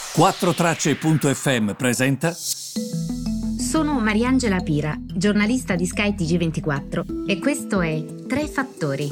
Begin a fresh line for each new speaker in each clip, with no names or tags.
4Tracce.fm presenta.
Sono Mariangela Pira, giornalista di Sky TG24 e questo è Tre Fattori.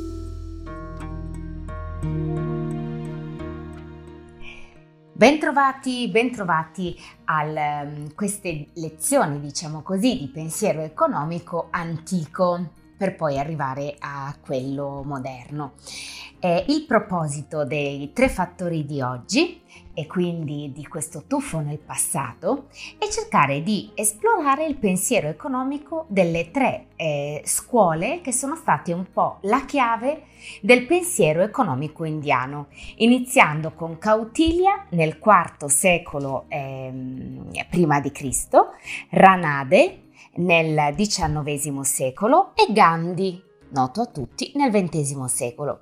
Bentrovati a queste lezioni, diciamo così, di pensiero economico antico per poi arrivare a quello moderno. Il proposito dei tre fattori di oggi e quindi di questo tuffo nel passato è cercare di esplorare il pensiero economico delle tre scuole che sono state un po' la chiave del pensiero economico indiano, iniziando con Kautilya nel IV secolo prima di Cristo, Ranade nel XIX secolo e Gandhi, noto a tutti, nel XX secolo.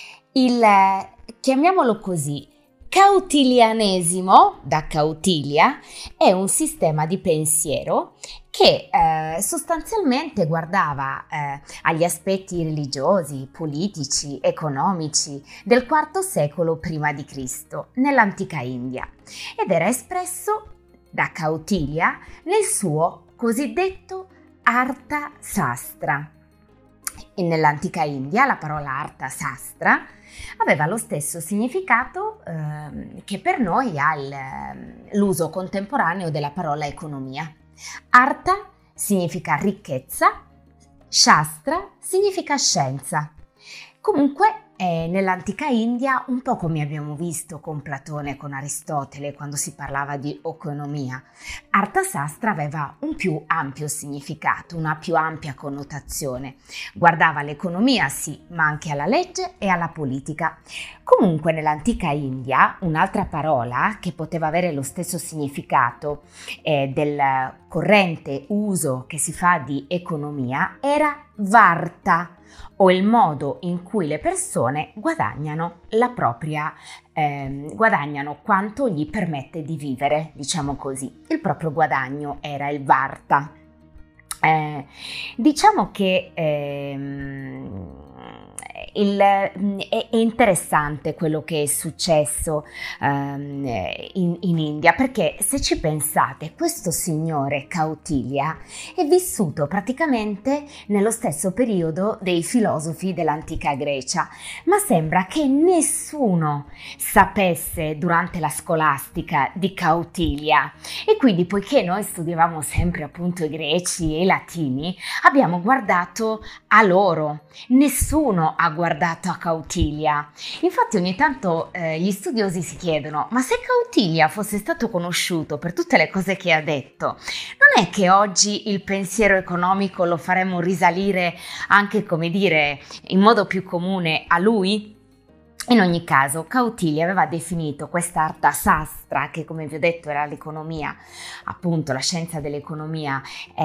Chiamiamolo così, cautilianesimo, da Kautilya, è un sistema di pensiero che sostanzialmente guardava agli aspetti religiosi, politici, economici del IV secolo prima di Cristo, nell'antica India, ed era espresso da Kautilya nel suo cosiddetto Artha Sastra. E nell'antica India la parola Artha Sastra aveva lo stesso significato che per noi ha l'uso contemporaneo della parola economia. Artha significa ricchezza, Shastra significa scienza. Comunque nell'antica India, un po' come abbiamo visto con Platone e con Aristotele quando si parlava di economia, Arthasastra aveva un più ampio significato, una più ampia connotazione. Guardava l'economia sì, ma anche alla legge e alla politica. Comunque nell'antica India un'altra parola che poteva avere lo stesso significato del corrente uso che si fa di economia era Varta, o il modo in cui le persone guadagnano guadagnano quanto gli permette di vivere, diciamo così. Il proprio guadagno era il Varta. Diciamo che è interessante quello che è successo in India, perché se ci pensate, questo signore Kautilya è vissuto praticamente nello stesso periodo dei filosofi dell'antica Grecia, ma sembra che nessuno sapesse durante la scolastica di Kautilya, e quindi, poiché noi studiavamo sempre appunto i greci e i latini, abbiamo guardato a loro, nessuno ha guardato a Kautilya. Infatti ogni tanto gli studiosi si chiedono: ma se Kautilya fosse stato conosciuto per tutte le cose che ha detto, non è che oggi il pensiero economico lo faremmo risalire anche, come dire, in modo più comune a lui? In ogni caso, Kautilya aveva definito questa Artha Sastra, che come vi ho detto era l'economia, appunto la scienza dell'economia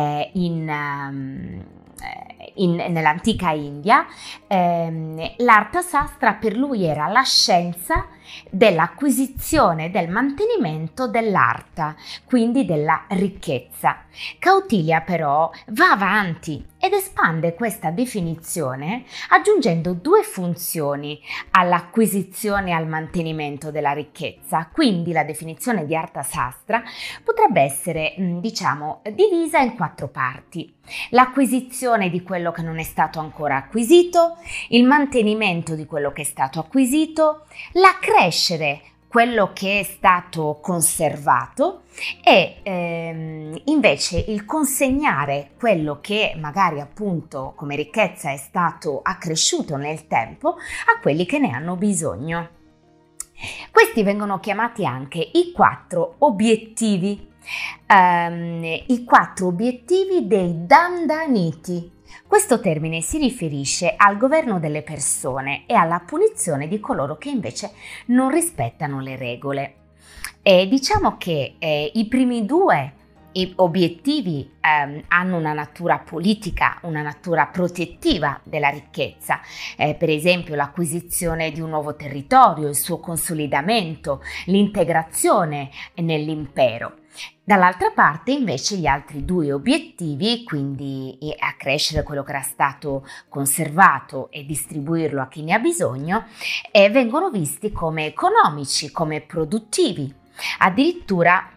nell'antica India. L'Artha Sastra per lui era la scienza dell'acquisizione e del mantenimento dell'artha, quindi della ricchezza. Kautilya però va avanti ed espande questa definizione aggiungendo due funzioni all'acquisizione e al mantenimento della ricchezza. Quindi la definizione di Artha Sastra potrebbe essere, divisa in quattro parti: l'acquisizione di quello che non è stato ancora acquisito, il mantenimento di quello che è stato acquisito, la crescere quello che è stato conservato e invece il consegnare quello che magari appunto come ricchezza è stato accresciuto nel tempo a quelli che ne hanno bisogno. Questi vengono chiamati anche i quattro obiettivi. I quattro obiettivi dei Dandaniti. Questo termine si riferisce al governo delle persone e alla punizione di coloro che invece non rispettano le regole. Diciamo che i primi due obiettivi hanno una natura politica, una natura protettiva della ricchezza, per esempio l'acquisizione di un nuovo territorio, il suo consolidamento, l'integrazione nell'impero. Dall'altra parte invece gli altri due obiettivi, quindi accrescere quello che era stato conservato e distribuirlo a chi ne ha bisogno, vengono visti come economici, come produttivi. Addirittura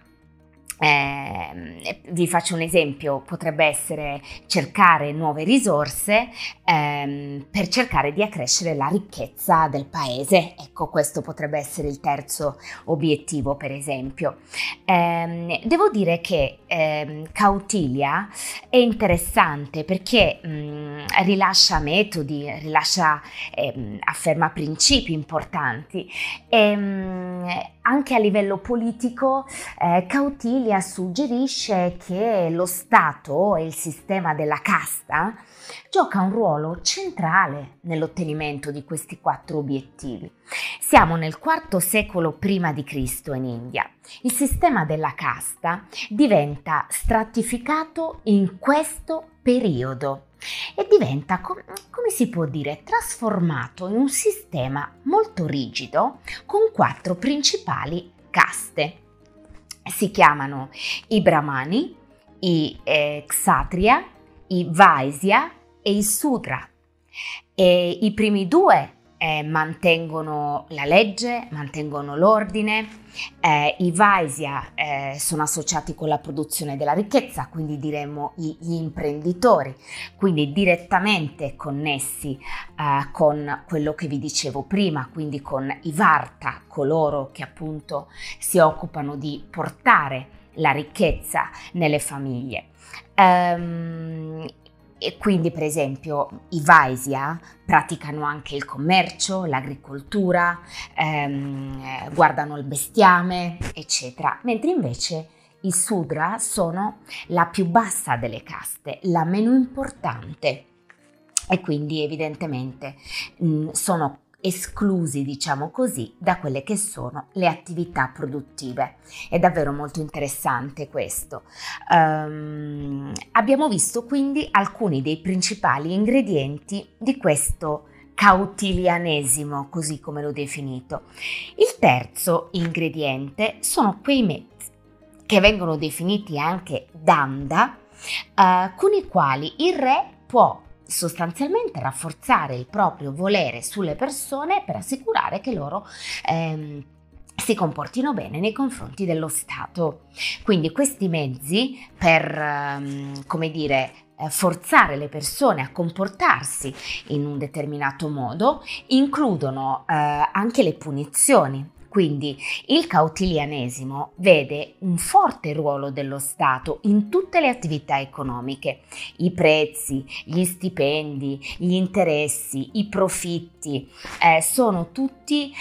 vi faccio un esempio, potrebbe essere cercare nuove risorse per cercare di accrescere la ricchezza del paese. Ecco, questo potrebbe essere il terzo obiettivo, per esempio. Devo dire che Kautilya è interessante perché rilascia metodi, afferma principi importanti e anche a livello politico Kautilya suggerisce che lo Stato e il sistema della casta gioca un ruolo centrale nell'ottenimento di questi 4 obiettivi. Siamo nel IV secolo prima di Cristo in India. Il sistema della casta diventa stratificato in questo periodo e diventa, come si può dire, trasformato in un sistema molto rigido con 4 principali caste. Si chiamano i Brahmani, i Kshatriya, i Vaisya e i Sudra. E i primi 2 mantengono la legge, mantengono l'ordine. I Vaisya sono associati con la produzione della ricchezza, quindi diremmo gli imprenditori, quindi direttamente connessi con quello che vi dicevo prima, quindi con i Varta, coloro che appunto si occupano di portare la ricchezza nelle famiglie. E quindi, per esempio, i Vaisya praticano anche il commercio, l'agricoltura, guardano il bestiame, eccetera, mentre invece i Sudra sono la più bassa delle caste, la meno importante e quindi evidentemente sono esclusi, diciamo così, da quelle che sono le attività produttive. È davvero molto interessante questo. Abbiamo visto quindi alcuni dei principali ingredienti di questo cautilianesimo, così come l'ho definito. Il terzo ingrediente sono quei mezzi che vengono definiti anche danda, con i quali il re può sostanzialmente rafforzare il proprio volere sulle persone per assicurare che loro si comportino bene nei confronti dello Stato. Quindi questi mezzi per, forzare le persone a comportarsi in un determinato modo includono anche le punizioni. Quindi il cautilianesimo vede un forte ruolo dello Stato in tutte le attività economiche, i prezzi, gli stipendi, gli interessi, i profitti, sono tutti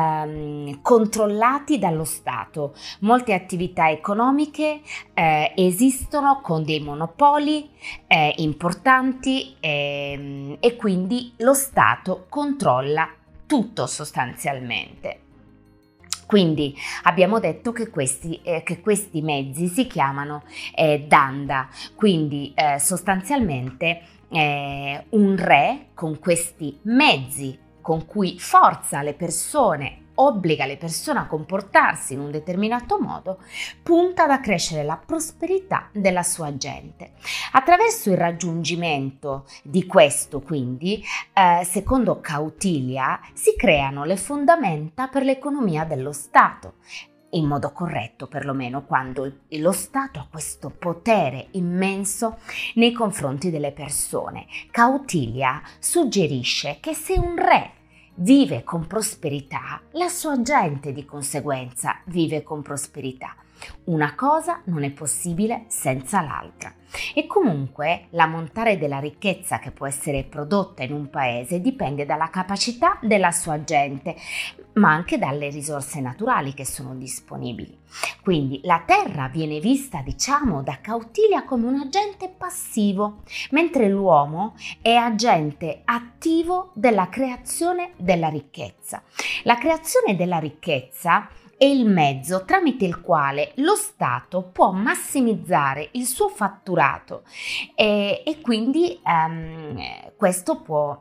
controllati dallo Stato. Molte attività economiche esistono con dei monopoli importanti e quindi lo Stato controlla tutto sostanzialmente. Quindi abbiamo detto che questi mezzi si chiamano danda, quindi sostanzialmente un re con questi mezzi con cui forza le persone, obbliga le persone a comportarsi in un determinato modo, punta ad accrescere la prosperità della sua gente. Attraverso il raggiungimento di questo, quindi, secondo Kautilya, si creano le fondamenta per l'economia dello Stato, in modo corretto perlomeno quando lo Stato ha questo potere immenso nei confronti delle persone. Kautilya suggerisce che se un re vive con prosperità, la sua gente di conseguenza vive con prosperità. Una cosa non è possibile senza l'altra. E comunque l'ammontare della ricchezza che può essere prodotta in un paese dipende dalla capacità della sua gente, ma anche dalle risorse naturali che sono disponibili. Quindi la terra viene vista, diciamo, da Kautilya come un agente passivo, mentre l'uomo è agente attivo della creazione della ricchezza. La creazione della ricchezza è il mezzo tramite il quale lo Stato può massimizzare il suo fatturato e quindi questo può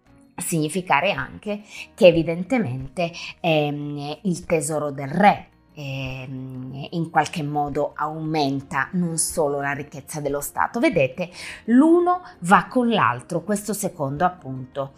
significare anche che evidentemente il tesoro del re in qualche modo aumenta non solo la ricchezza dello Stato. Vedete, l'uno va con l'altro, questo secondo appunto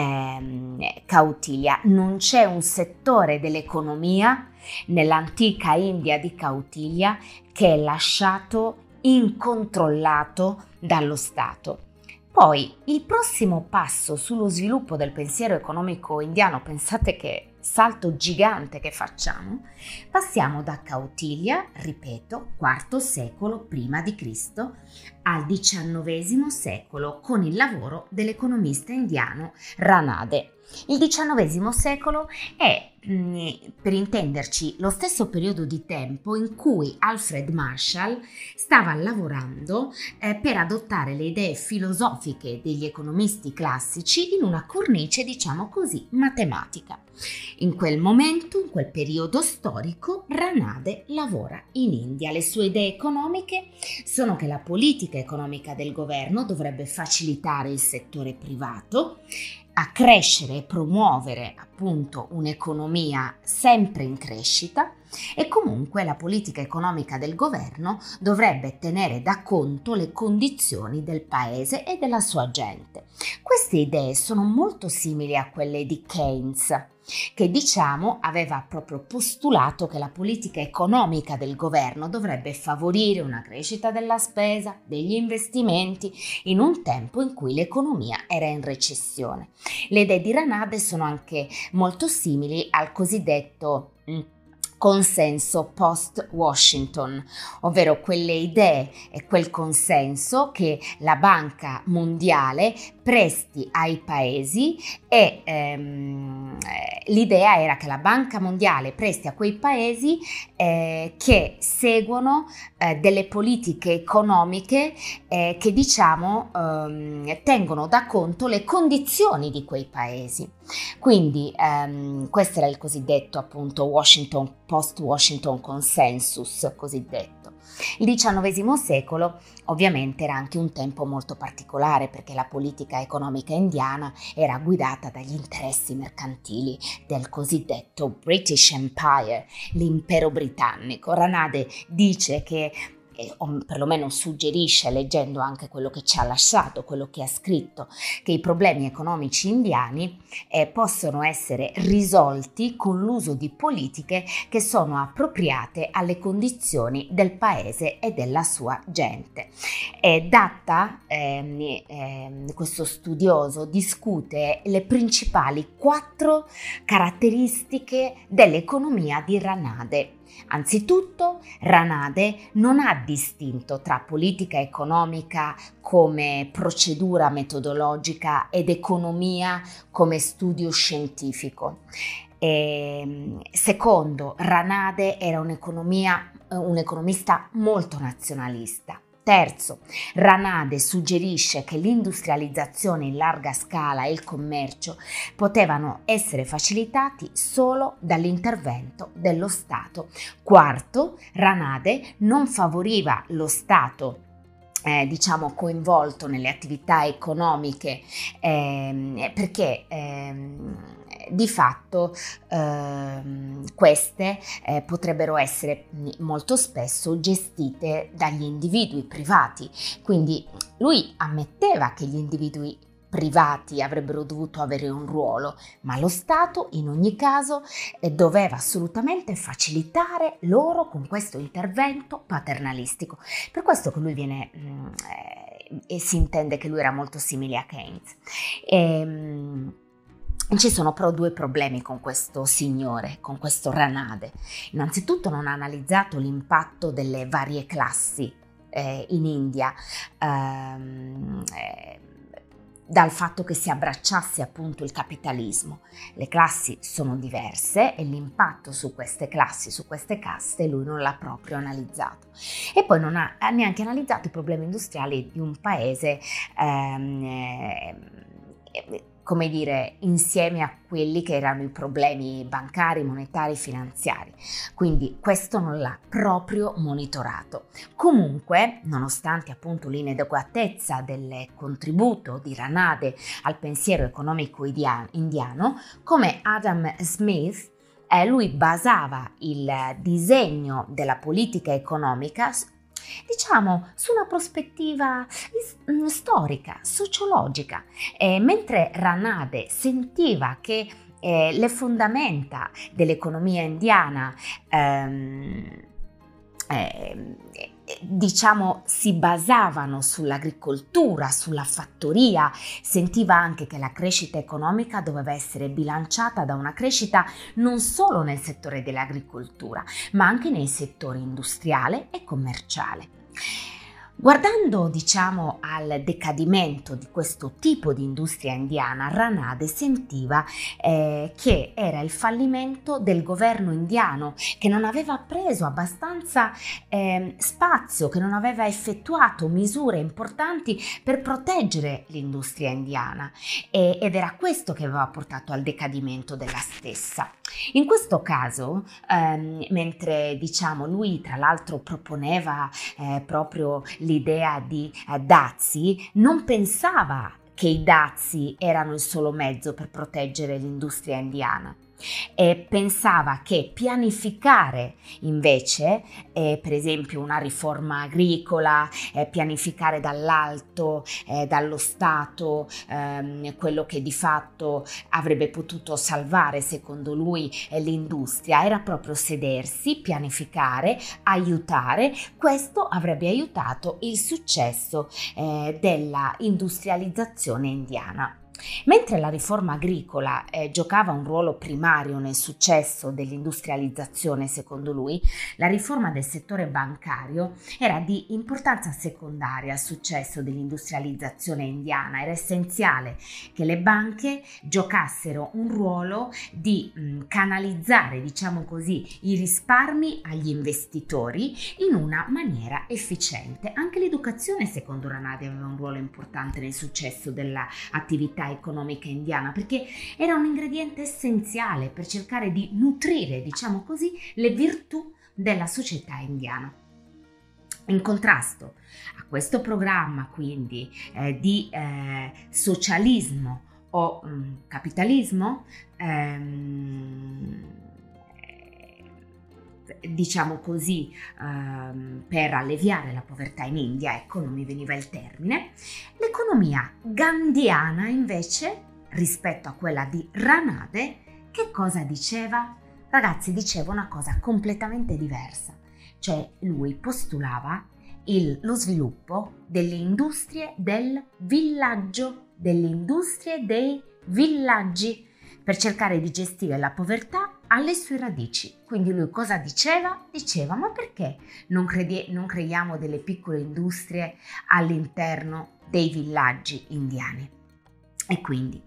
Kautilya. Non c'è un settore dell'economia nell'antica India di Kautilya che è lasciato incontrollato dallo Stato. Poi il prossimo passo sullo sviluppo del pensiero economico indiano, pensate che salto gigante che facciamo, passiamo da Kautilya, ripeto, IV secolo prima di Cristo, al XIX secolo con il lavoro dell'economista indiano Ranade. Il XIX secolo è, per intenderci, lo stesso periodo di tempo in cui Alfred Marshall stava lavorando per adottare le idee filosofiche degli economisti classici in una cornice, diciamo così, matematica. In quel momento, in quel periodo storico, Ranade lavora in India. Le sue idee economiche sono che la politica economica del governo dovrebbe facilitare il settore privato, a crescere e promuovere appunto un'economia sempre in crescita, e comunque la politica economica del governo dovrebbe tenere da conto le condizioni del paese e della sua gente. Queste idee sono molto simili a quelle di Keynes, che diciamo aveva proprio postulato che la politica economica del governo dovrebbe favorire una crescita della spesa, degli investimenti, in un tempo in cui l'economia era in recessione. Le idee di Ranade sono anche molto simili al cosiddetto consenso post-Washington, ovvero quelle idee e quel consenso che la Banca Mondiale presti ai paesi e l'idea era che la Banca Mondiale presti a quei paesi che seguono delle politiche economiche che diciamo tengono da conto le condizioni di quei paesi. Quindi questo era il cosiddetto appunto post-Washington consensus cosiddetto. Il XIX secolo ovviamente era anche un tempo molto particolare perché la politica economica indiana era guidata dagli interessi mercantili del cosiddetto British Empire, l'impero britannico. Ranade dice che o perlomeno suggerisce, leggendo anche quello che ci ha lasciato, quello che ha scritto, che i problemi economici indiani possono essere risolti con l'uso di politiche che sono appropriate alle condizioni del paese e della sua gente. Questo studioso discute le principali 4 caratteristiche dell'economia di Ranade. Anzitutto, Ranade non ha distinto tra politica economica come procedura metodologica ed economia come studio scientifico. Secondo, Ranade era un economista molto nazionalista. Terzo, Ranade suggerisce che l'industrializzazione in larga scala e il commercio potevano essere facilitati solo dall'intervento dello Stato. Quarto, Ranade non favoriva lo Stato coinvolto nelle attività economiche perché di fatto queste potrebbero essere molto spesso gestite dagli individui privati. Quindi lui ammetteva che gli individui privati avrebbero dovuto avere un ruolo, ma lo Stato in ogni caso doveva assolutamente facilitare loro con questo intervento paternalistico. Per questo che lui viene e si intende che lui era molto simile a Keynes. Ci sono però 2 problemi con questo signore, con questo Ranade. Innanzitutto non ha analizzato l'impatto delle varie classi in India, dal fatto che si abbracciasse appunto il capitalismo. Le classi sono diverse e l'impatto su queste classi, su queste caste, lui non l'ha proprio analizzato. E poi non ha neanche analizzato i problemi industriali di un paese come dire, insieme a quelli che erano i problemi bancari, monetari, finanziari. Quindi questo non l'ha proprio monitorato. Comunque, nonostante appunto l'inadeguatezza del contributo di Ranade al pensiero economico indiano, come Adam Smith lui basava il disegno della politica economica, diciamo, su una prospettiva storica, sociologica, mentre Ranade sentiva che le fondamenta dell'economia indiana diciamo si basavano sull'agricoltura, sulla fattoria, sentiva anche che la crescita economica doveva essere bilanciata da una crescita non solo nel settore dell'agricoltura, ma anche nei settori industriale e commerciale. Guardando, diciamo, al decadimento di questo tipo di industria indiana, Ranade sentiva che era il fallimento del governo indiano, che non aveva preso abbastanza spazio, che non aveva effettuato misure importanti per proteggere l'industria indiana, ed era questo che aveva portato al decadimento della stessa. In questo caso, mentre diciamo lui tra l'altro proponeva proprio l'idea di dazi, non pensava che i dazi erano il solo mezzo per proteggere l'industria indiana. E pensava che pianificare invece, per esempio una riforma agricola, pianificare dall'alto, dallo Stato, quello che di fatto avrebbe potuto salvare secondo lui l'industria, era proprio sedersi, pianificare, aiutare. Questo avrebbe aiutato il successo della industrializzazione indiana. Mentre la riforma agricola giocava un ruolo primario nel successo dell'industrializzazione, secondo lui, la riforma del settore bancario era di importanza secondaria al successo dell'industrializzazione indiana. Era essenziale che le banche giocassero un ruolo di canalizzare, diciamo così, i risparmi agli investitori in una maniera efficiente. Anche l'educazione, secondo Ranade, aveva un ruolo importante nel successo dell'attività economica indiana, perché era un ingrediente essenziale per cercare di nutrire, diciamo così, le virtù della società indiana. In contrasto a questo programma, quindi, di socialismo o capitalismo, diciamo così, per alleviare la povertà in India, ecco, non mi veniva il termine, l'economia gandhiana invece, rispetto a quella di Ranade, che cosa diceva? Ragazzi, diceva una cosa completamente diversa, cioè lui postulava lo sviluppo delle industrie del villaggio, delle industrie dei villaggi, per cercare di gestire la povertà alle sue radici. Quindi lui cosa diceva? Diceva: ma perché non creiamo delle piccole industrie all'interno dei villaggi indiani? E quindi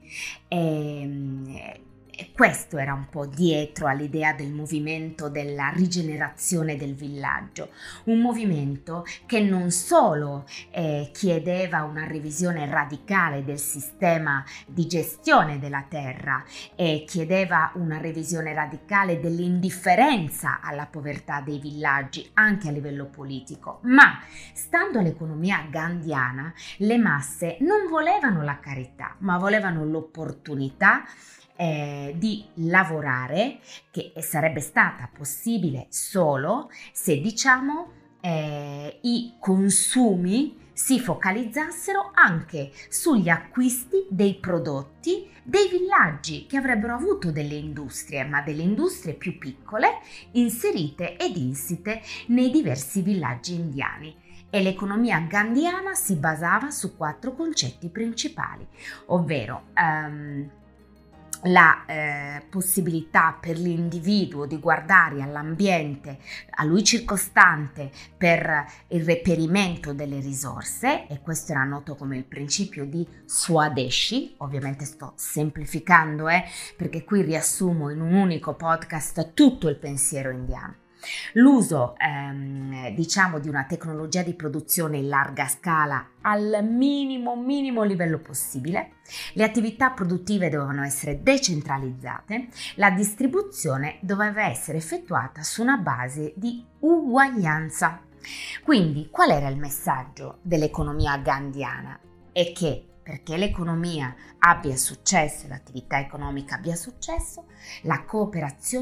questo era un po' dietro all'idea del movimento della rigenerazione del villaggio, un movimento che non solo chiedeva una revisione radicale del sistema di gestione della terra, chiedeva una revisione radicale dell'indifferenza alla povertà dei villaggi anche a livello politico, ma stando all'economia gandhiana le masse non volevano la carità, ma volevano l'opportunità di lavorare, che sarebbe stata possibile solo se, diciamo, i consumi si focalizzassero anche sugli acquisti dei prodotti dei villaggi, che avrebbero avuto delle industrie, ma delle industrie più piccole, inserite ed insite nei diversi villaggi indiani. E l'economia gandhiana si basava su 4 concetti principali, ovvero la possibilità per l'individuo di guardare all'ambiente, a lui circostante, per il reperimento delle risorse, e questo era noto come il principio di Swadeshi. Ovviamente sto semplificando, perché qui riassumo in un unico podcast tutto il pensiero indiano. L'uso diciamo di una tecnologia di produzione in larga scala al minimo livello possibile, le attività produttive dovevano essere decentralizzate, la distribuzione doveva essere effettuata su una base di uguaglianza. Quindi qual era il messaggio dell'economia gandhiana? È che perché l'economia abbia successo, l'attività economica abbia successo, la cooperazione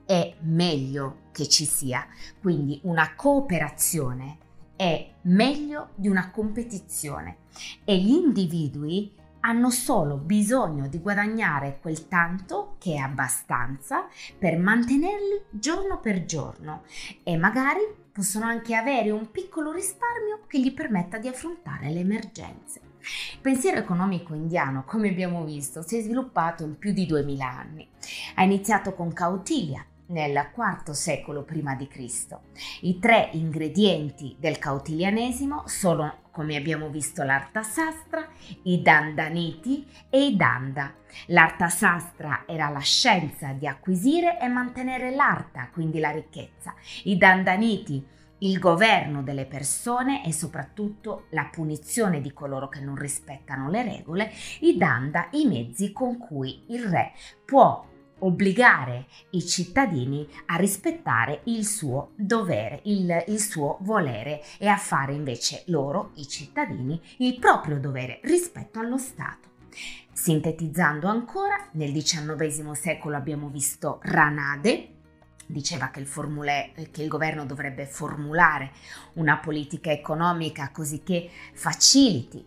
è meglio che ci sia, quindi una cooperazione è meglio di una competizione e gli individui hanno solo bisogno di guadagnare quel tanto che è abbastanza per mantenerli giorno per giorno e magari possono anche avere un piccolo risparmio che gli permetta di affrontare le emergenze. Il pensiero economico indiano, come abbiamo visto, si è sviluppato in più di 2000 anni. Ha iniziato con Kautilya nel IV secolo prima di Cristo. I 3 ingredienti del kautilianesimo sono, come abbiamo visto, l'Arthasastra, i Dandaniti e i Danda. L'Arthasastra era la scienza di acquisire e mantenere l'arta, quindi la ricchezza. I Dandaniti, il governo delle persone e soprattutto la punizione di coloro che non rispettano le regole. I Danda, i mezzi con cui il re può obbligare i cittadini a rispettare il suo dovere, il suo volere e a fare invece loro, i cittadini, il proprio dovere rispetto allo Stato. Sintetizzando ancora, nel XIX secolo abbiamo visto Ranade, diceva che il governo dovrebbe formulare una politica economica così che si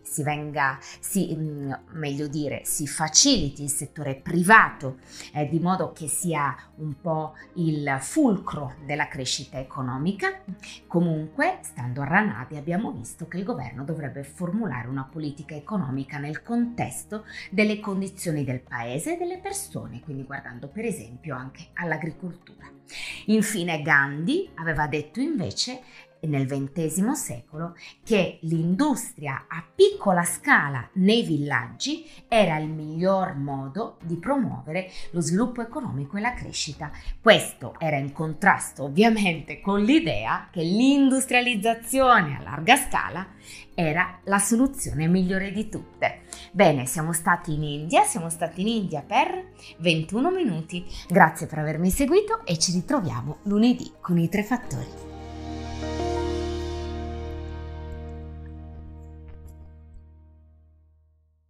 faciliti il settore privato, di modo che sia un po' il fulcro della crescita economica. Comunque, stando a Ranade, abbiamo visto che il governo dovrebbe formulare una politica economica nel contesto delle condizioni del paese e delle persone, quindi guardando per esempio anche all'agricoltura. Infine Gandhi aveva detto invece nel XX secolo che l'industria a piccola scala nei villaggi era il miglior modo di promuovere lo sviluppo economico e la crescita. Questo era in contrasto ovviamente con l'idea che l'industrializzazione a larga scala era la soluzione migliore di tutte. Bene, siamo stati in India per 21 minuti. Grazie per avermi seguito e ci ritroviamo lunedì con i 3 fattori.